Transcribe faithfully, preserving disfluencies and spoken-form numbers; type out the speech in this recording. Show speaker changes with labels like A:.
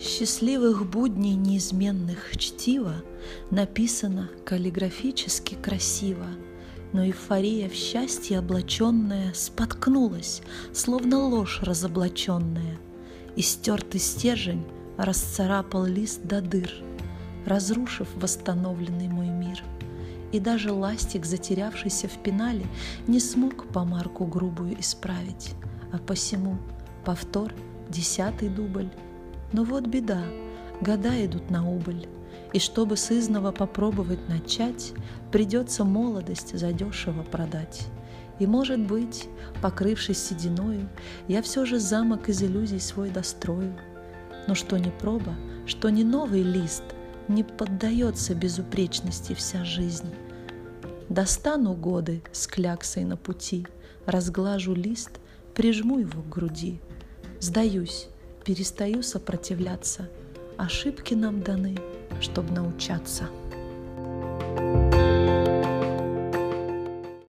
A: Счастливых будней неизменных чтиво написано каллиграфически красиво, но эйфория в счастье облаченная споткнулась, словно ложь разоблаченная, и стертый стержень расцарапал лист до дыр, разрушив восстановленный мой мир. И даже ластик, затерявшийся в пенале, не смог помарку грубую исправить, а посему повтор, десятый дубль. Но вот беда, года идут на убыль, и чтобы сызнова попробовать начать, придется молодость задешево продать. И, может быть, покрывшись сединою, я все же замок из иллюзий свой дострою. Но что ни проба, что ни новый лист, не поддается безупречности вся жизнь. Достану годы с кляксой на пути, разглажу лист, прижму его к груди. Сдаюсь, перестаю сопротивляться, ошибки нам даны, чтоб научаться.